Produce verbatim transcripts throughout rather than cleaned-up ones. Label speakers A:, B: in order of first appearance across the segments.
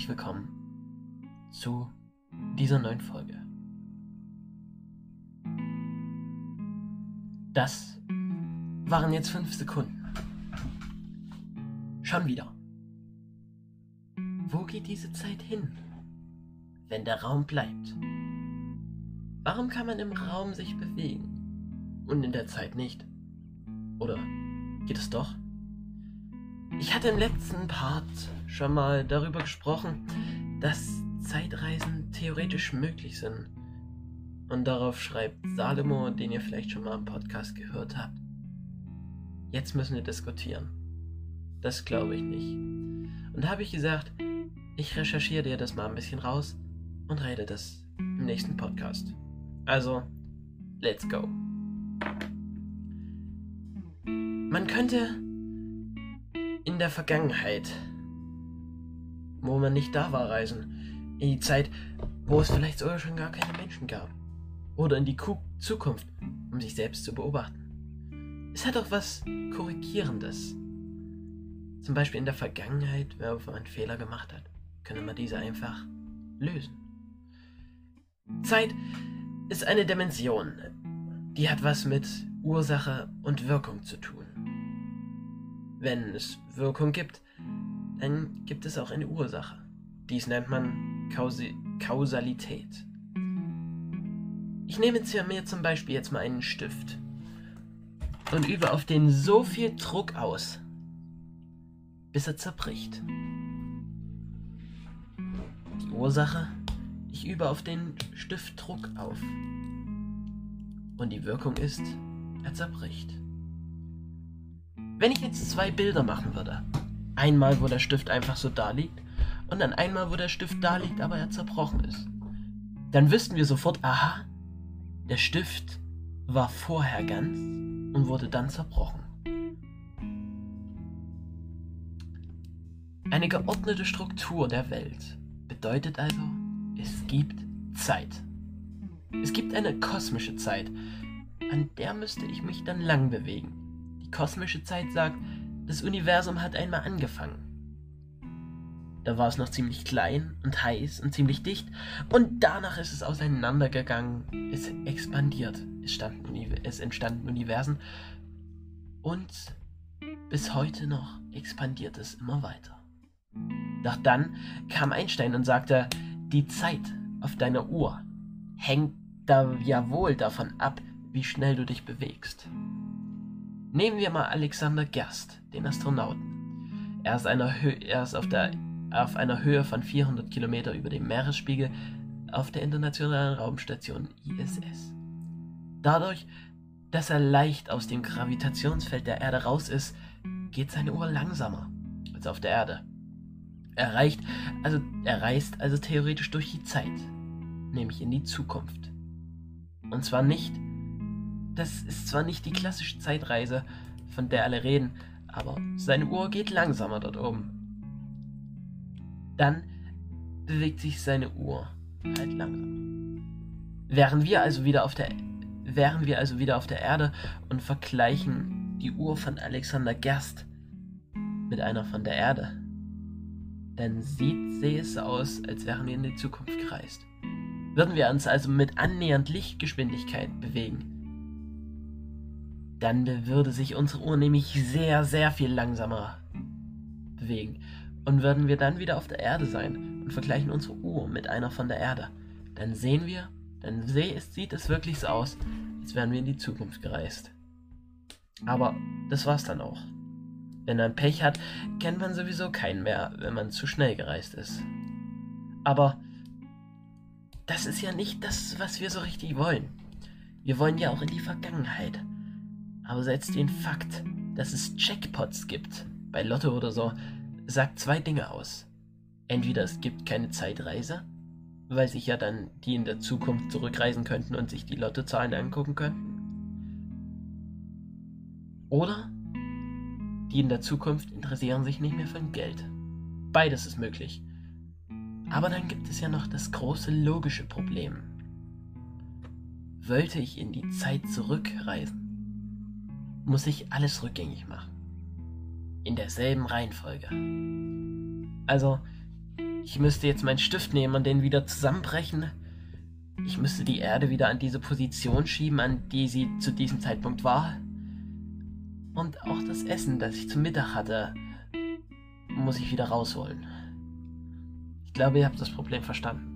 A: herzlich willkommen zu dieser neuen Folge. Das waren jetzt fünf Sekunden. Schon wieder. Wo geht diese Zeit hin, wenn der Raum bleibt? Warum kann man im Raum sich bewegen und in der Zeit nicht? Oder geht es doch? Ich hatte im letzten Part schon mal darüber gesprochen, dass Zeitreisen theoretisch möglich sind. Und darauf schreibt Salomo, den ihr vielleicht schon mal im Podcast gehört habt. Jetzt müssen wir diskutieren. Das glaube ich nicht. Und da habe ich gesagt, ich recherchiere dir das mal ein bisschen raus und rede das im nächsten Podcast. Also, let's go. Man könnte in der Vergangenheit, wo man nicht da war, reisen. In die Zeit, wo es vielleicht sogar schon gar keine Menschen gab. Oder in die Ku- Zukunft, um sich selbst zu beobachten. Es hat auch was Korrigierendes. Zum Beispiel in der Vergangenheit, wenn man einen Fehler gemacht hat, könnte man diese einfach lösen. Zeit ist eine Dimension, die hat was mit Ursache und Wirkung zu tun. Wenn es Wirkung gibt, dann gibt es auch eine Ursache. Dies nennt man Kausi- Kausalität. Ich nehme jetzt mir zum Beispiel jetzt mal einen Stift und übe auf den so viel Druck aus, bis er zerbricht. Die Ursache, ich übe auf den Stift Druck auf. Und die Wirkung ist, er zerbricht. Wenn ich jetzt zwei Bilder machen würde, einmal wo der Stift einfach so da liegt und dann einmal wo der Stift da liegt, aber er zerbrochen ist, dann wüssten wir sofort, aha, der Stift war vorher ganz und wurde dann zerbrochen. Eine geordnete Struktur der Welt bedeutet also, es gibt Zeit. Es gibt eine kosmische Zeit, an der müsste ich mich dann lang bewegen. Die kosmische Zeit sagt, das Universum hat einmal angefangen. Da war es noch ziemlich klein und heiß und ziemlich dicht und danach ist es auseinandergegangen, es expandiert, es, standen, es entstanden Universen und bis heute noch expandiert es immer weiter. Doch dann kam Einstein und sagte, die Zeit auf deiner Uhr hängt da ja wohl davon ab, wie schnell du dich bewegst. Nehmen wir mal Alexander Gerst, den Astronauten. Er ist, einer Hö- er ist auf, der, auf einer Höhe von vierhundert Kilometer über dem Meeresspiegel auf der internationalen Raumstation I S S. Dadurch, dass er leicht aus dem Gravitationsfeld der Erde raus ist, geht seine Uhr langsamer als auf der Erde. Er, reicht, also, er reist also theoretisch durch die Zeit, nämlich in die Zukunft. Und zwar nicht Das ist zwar nicht die klassische Zeitreise, von der alle reden, aber seine Uhr geht langsamer dort oben. Dann bewegt sich seine Uhr halt langsam. Wären wir also wieder auf der, wären wir also wieder auf der Erde und vergleichen die Uhr von Alexander Gerst mit einer von der Erde, dann sieht sie es aus, als wären wir in die Zukunft gereist. Würden wir uns also mit annähernd Lichtgeschwindigkeit bewegen, dann würde sich unsere Uhr nämlich sehr, sehr viel langsamer bewegen. Und würden wir dann wieder auf der Erde sein und vergleichen unsere Uhr mit einer von der Erde, dann sehen wir, dann sieht es wirklich so aus, als wären wir in die Zukunft gereist. Aber das war's dann auch. Wenn man Pech hat, kennt man sowieso keinen mehr, wenn man zu schnell gereist ist. Aber das ist ja nicht das, was wir so richtig wollen. Wir wollen ja auch in die Vergangenheit. Aber selbst den Fakt, dass es Jackpots gibt, bei Lotto oder so, sagt zwei Dinge aus. Entweder es gibt keine Zeitreise, weil sich ja dann die in der Zukunft zurückreisen könnten und sich die Lottozahlen angucken könnten. Oder die in der Zukunft interessieren sich nicht mehr für Geld. Beides ist möglich. Aber dann gibt es ja noch das große logische Problem. Wollte ich in die Zeit zurückreisen, muss ich alles rückgängig machen. In derselben Reihenfolge. Also, Ich müsste jetzt meinen Stift nehmen und den wieder zusammenbrechen. Ich müsste die Erde wieder an diese Position schieben, an die sie zu diesem Zeitpunkt war. Und auch das Essen, das ich zum Mittag hatte, muss ich wieder rausholen. Ich glaube, ihr habt das Problem verstanden.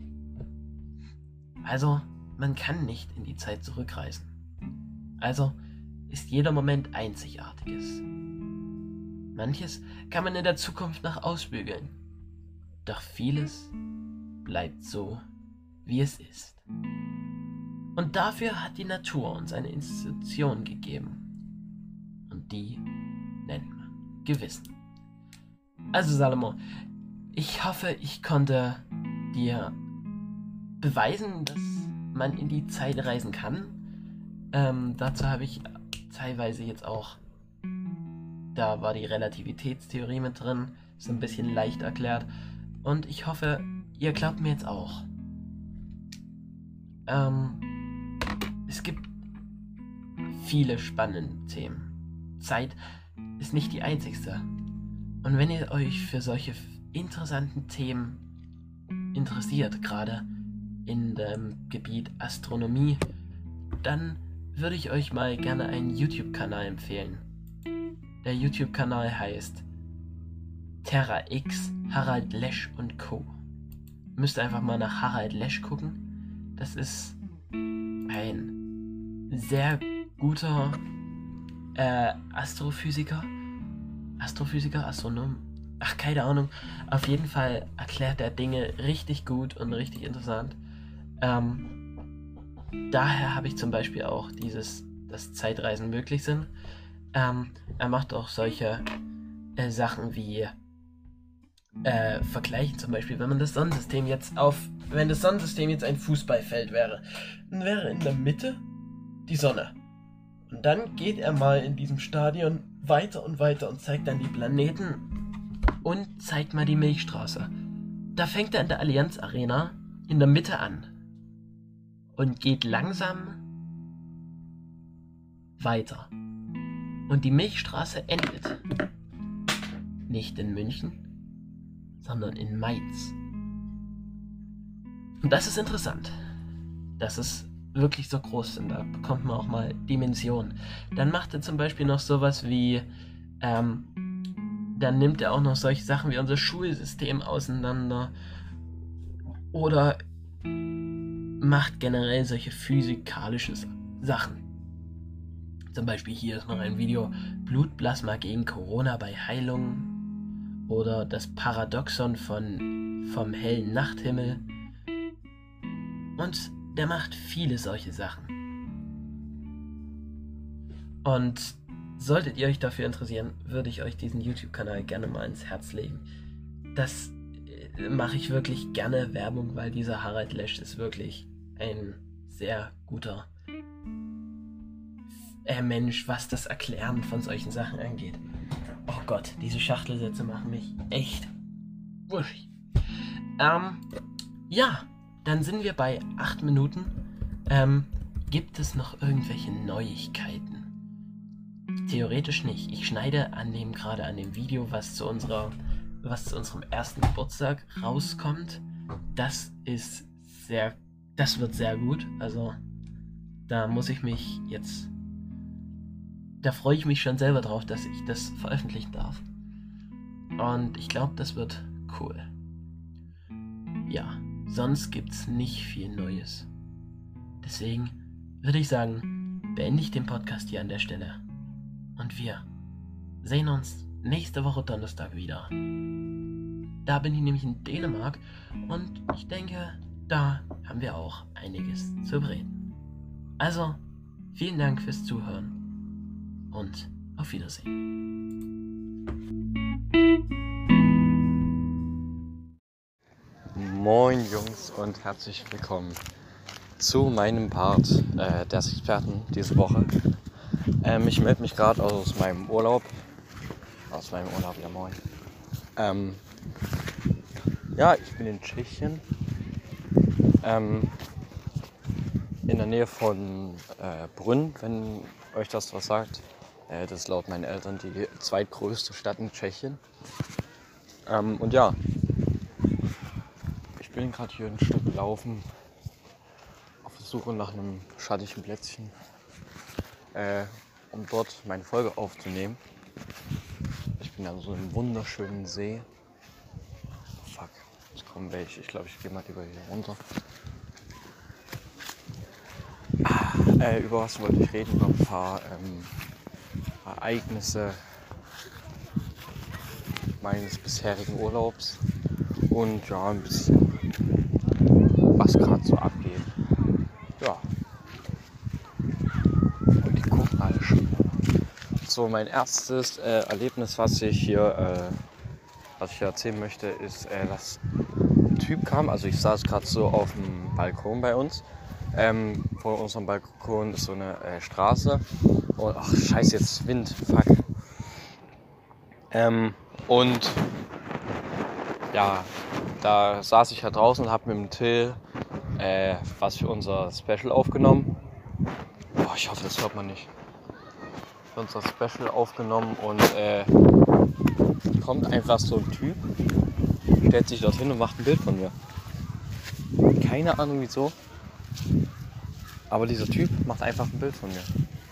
A: Also, man kann nicht in die Zeit zurückreisen. Also ist jeder Moment Einzigartiges. Manches kann man in der Zukunft noch ausbügeln. Doch vieles bleibt so, wie es ist. Und dafür hat die Natur uns eine Institution gegeben. Und die nennt man Gewissen. Also Salomo, ich hoffe, ich konnte dir beweisen, dass man in die Zeit reisen kann. Ähm, dazu habe ich teilweise jetzt auch, da war die Relativitätstheorie mit drin, ist ein bisschen leicht erklärt. Und ich hoffe, ihr glaubt mir jetzt auch. Ähm, es gibt viele spannende Themen. Zeit ist nicht die einzigste. Und wenn ihr euch für solche interessanten Themen interessiert, gerade in dem Gebiet Astronomie, dann würde ich euch mal gerne einen YouTube-Kanal empfehlen. Der YouTube-Kanal heißt Terra X, Harald Lesch und Co. Ihr müsst einfach mal nach Harald Lesch gucken. Das ist ein sehr guter äh, Astrophysiker. Astrophysiker, Astronom. Ach, keine Ahnung. Auf jeden Fall erklärt er Dinge richtig gut und richtig interessant. Ähm, daher habe ich zum Beispiel auch dieses, dass Zeitreisen möglich sind. Ähm, er macht auch solche äh, Sachen wie äh, Vergleichen, zum Beispiel, wenn man das Sonnensystem jetzt auf, wenn das Sonnensystem jetzt ein Fußballfeld wäre, dann wäre in der Mitte die Sonne. Und dann geht er mal in diesem Stadion weiter und weiter und zeigt dann die Planeten und zeigt mal die Milchstraße. Da fängt er in der Allianz Arena in der Mitte an und geht langsam weiter. Und die Milchstraße endet nicht in München, sondern in Mainz. Und das ist interessant. Das ist wirklich so groß sind. Da bekommt man auch mal Dimensionen. Dann macht er zum Beispiel noch sowas wie, ähm, dann nimmt er auch noch solche Sachen wie unser Schulsystem auseinander oder macht generell solche physikalische Sachen. Zum Beispiel hier ist noch ein Video, Blutplasma gegen Corona bei Heilung oder das Paradoxon von, vom hellen Nachthimmel. Und der macht viele solche Sachen. Und solltet ihr euch dafür interessieren, würde ich euch diesen YouTube-Kanal gerne mal ins Herz legen. Das äh, mache ich wirklich gerne Werbung, weil dieser Harald Lesch ist wirklich ein sehr guter äh, Mensch, was das Erklären von solchen Sachen angeht. Oh Gott, diese Schachtelsätze machen mich echt wuschig. Ähm, ja. Dann sind wir bei acht Minuten. Ähm, gibt es noch irgendwelche Neuigkeiten? Theoretisch nicht. Ich schneide an dem gerade an dem Video, was zu unserer, was zu unserem ersten Geburtstag rauskommt. Das ist sehr, das wird sehr gut. Also da muss ich mich jetzt, da freue ich mich schon selber drauf, dass ich das veröffentlichen darf. Und ich glaube, das wird cool. Ja. Sonst gibt's nicht viel Neues. Deswegen würde ich sagen, beende ich den Podcast hier an der Stelle. Und wir sehen uns nächste Woche Donnerstag wieder. Da bin ich nämlich in Dänemark und ich denke, da haben wir auch einiges zu bereden. Also, vielen Dank fürs Zuhören und auf Wiedersehen.
B: Moin Jungs und herzlich willkommen zu meinem Part äh, des Experten diese Woche. Ähm, ich melde mich gerade aus meinem Urlaub. Aus meinem Urlaub, ja moin. Ähm, ja, ich bin in Tschechien. Ähm, in der Nähe von äh, Brünn, wenn euch das was sagt. Äh, das ist laut meinen Eltern die zweitgrößte Stadt in Tschechien. Ähm, und ja, Ich bin gerade hier ein Stück gelaufen, auf der Suche nach einem schattigen Plätzchen, äh, um dort meine Folge aufzunehmen. Ich bin an so einem wunderschönen See. Oh, fuck, jetzt kommen welche. Ich glaube, ich gehe mal lieber hier runter. Ah, äh, über was wollte ich reden? Über ein paar ähm, Ereignisse meines bisherigen Urlaubs und ja, ein bisschen was gerade so abgeht. Ja. Und die gucken alle schon. So, mein erstes äh, Erlebnis, was ich hier, äh, was ich hier erzählen möchte, ist, äh, dass ein Typ kam. Also ich saß gerade so auf dem Balkon bei uns. Ähm, vor unserem Balkon ist so eine äh, Straße. Und ach scheiße, jetzt Wind, fuck. Ähm, und ja, da saß ich ja draußen und habe mit dem Till äh, was für unser Special aufgenommen. Oh, ich hoffe, das hört man nicht. Für unser Special aufgenommen und äh, kommt einfach so ein Typ, stellt sich dorthin und macht ein Bild von mir. Keine Ahnung wieso, aber dieser Typ macht einfach ein Bild von mir.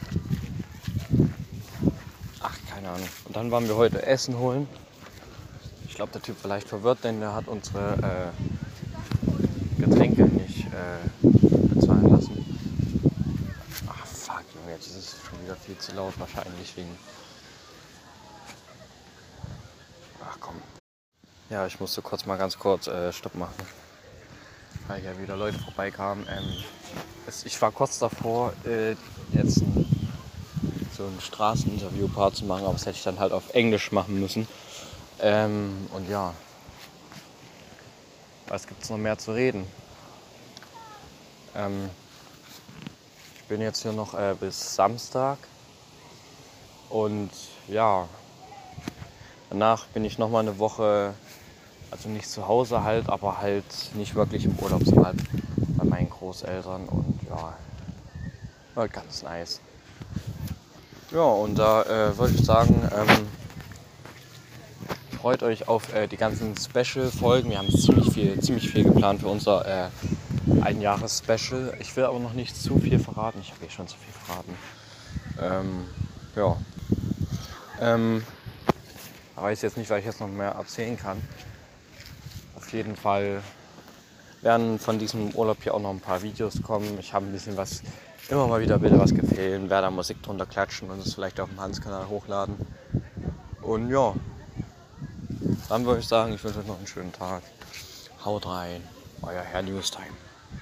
B: Ach, keine Ahnung. Und dann waren wir heute Essen holen. Ich glaube, der Typ war leicht verwirrt, denn er hat unsere äh, Getränke nicht äh, bezahlen lassen. Ach fuck, Junge, jetzt ist es schon wieder viel zu laut, wahrscheinlich wegen... Ach komm. Ja, ich musste kurz mal ganz kurz äh, Stopp machen, weil ja wieder Leute vorbeikamen. Ähm, es, ich war kurz davor, äh, jetzt ein, so ein Straßeninterview-Part zu machen, aber das hätte ich dann halt auf Englisch machen müssen. Ähm, und ja, was gibt's noch mehr zu reden? Ähm, ich bin jetzt hier noch äh, bis Samstag und ja, danach bin ich noch mal eine Woche, also nicht zu Hause halt, aber halt nicht wirklich im Urlaub, sondern halt bei meinen Großeltern und ja, war ganz nice. Ja, und da äh, wollte ich sagen, ähm, freut euch auf äh, die ganzen Special-Folgen. Wir haben ziemlich viel, ziemlich viel geplant für unser äh, Einjahres-Special. Ich will aber noch nicht zu viel verraten. Ich habe eh schon zu viel verraten. Ähm, ja. Ähm, ich weiß jetzt nicht, weil ich jetzt noch mehr erzählen kann. Auf jeden Fall werden von diesem Urlaub hier auch noch ein paar Videos kommen. Ich habe ein bisschen was, immer mal wieder Bilder was gefilmt, werde da Musik drunter klatschen und es vielleicht auf dem Hans-Kanal hochladen. Und ja. Dann würde ich sagen, ich wünsche euch noch einen schönen Tag. Haut rein, euer Herr Newstime.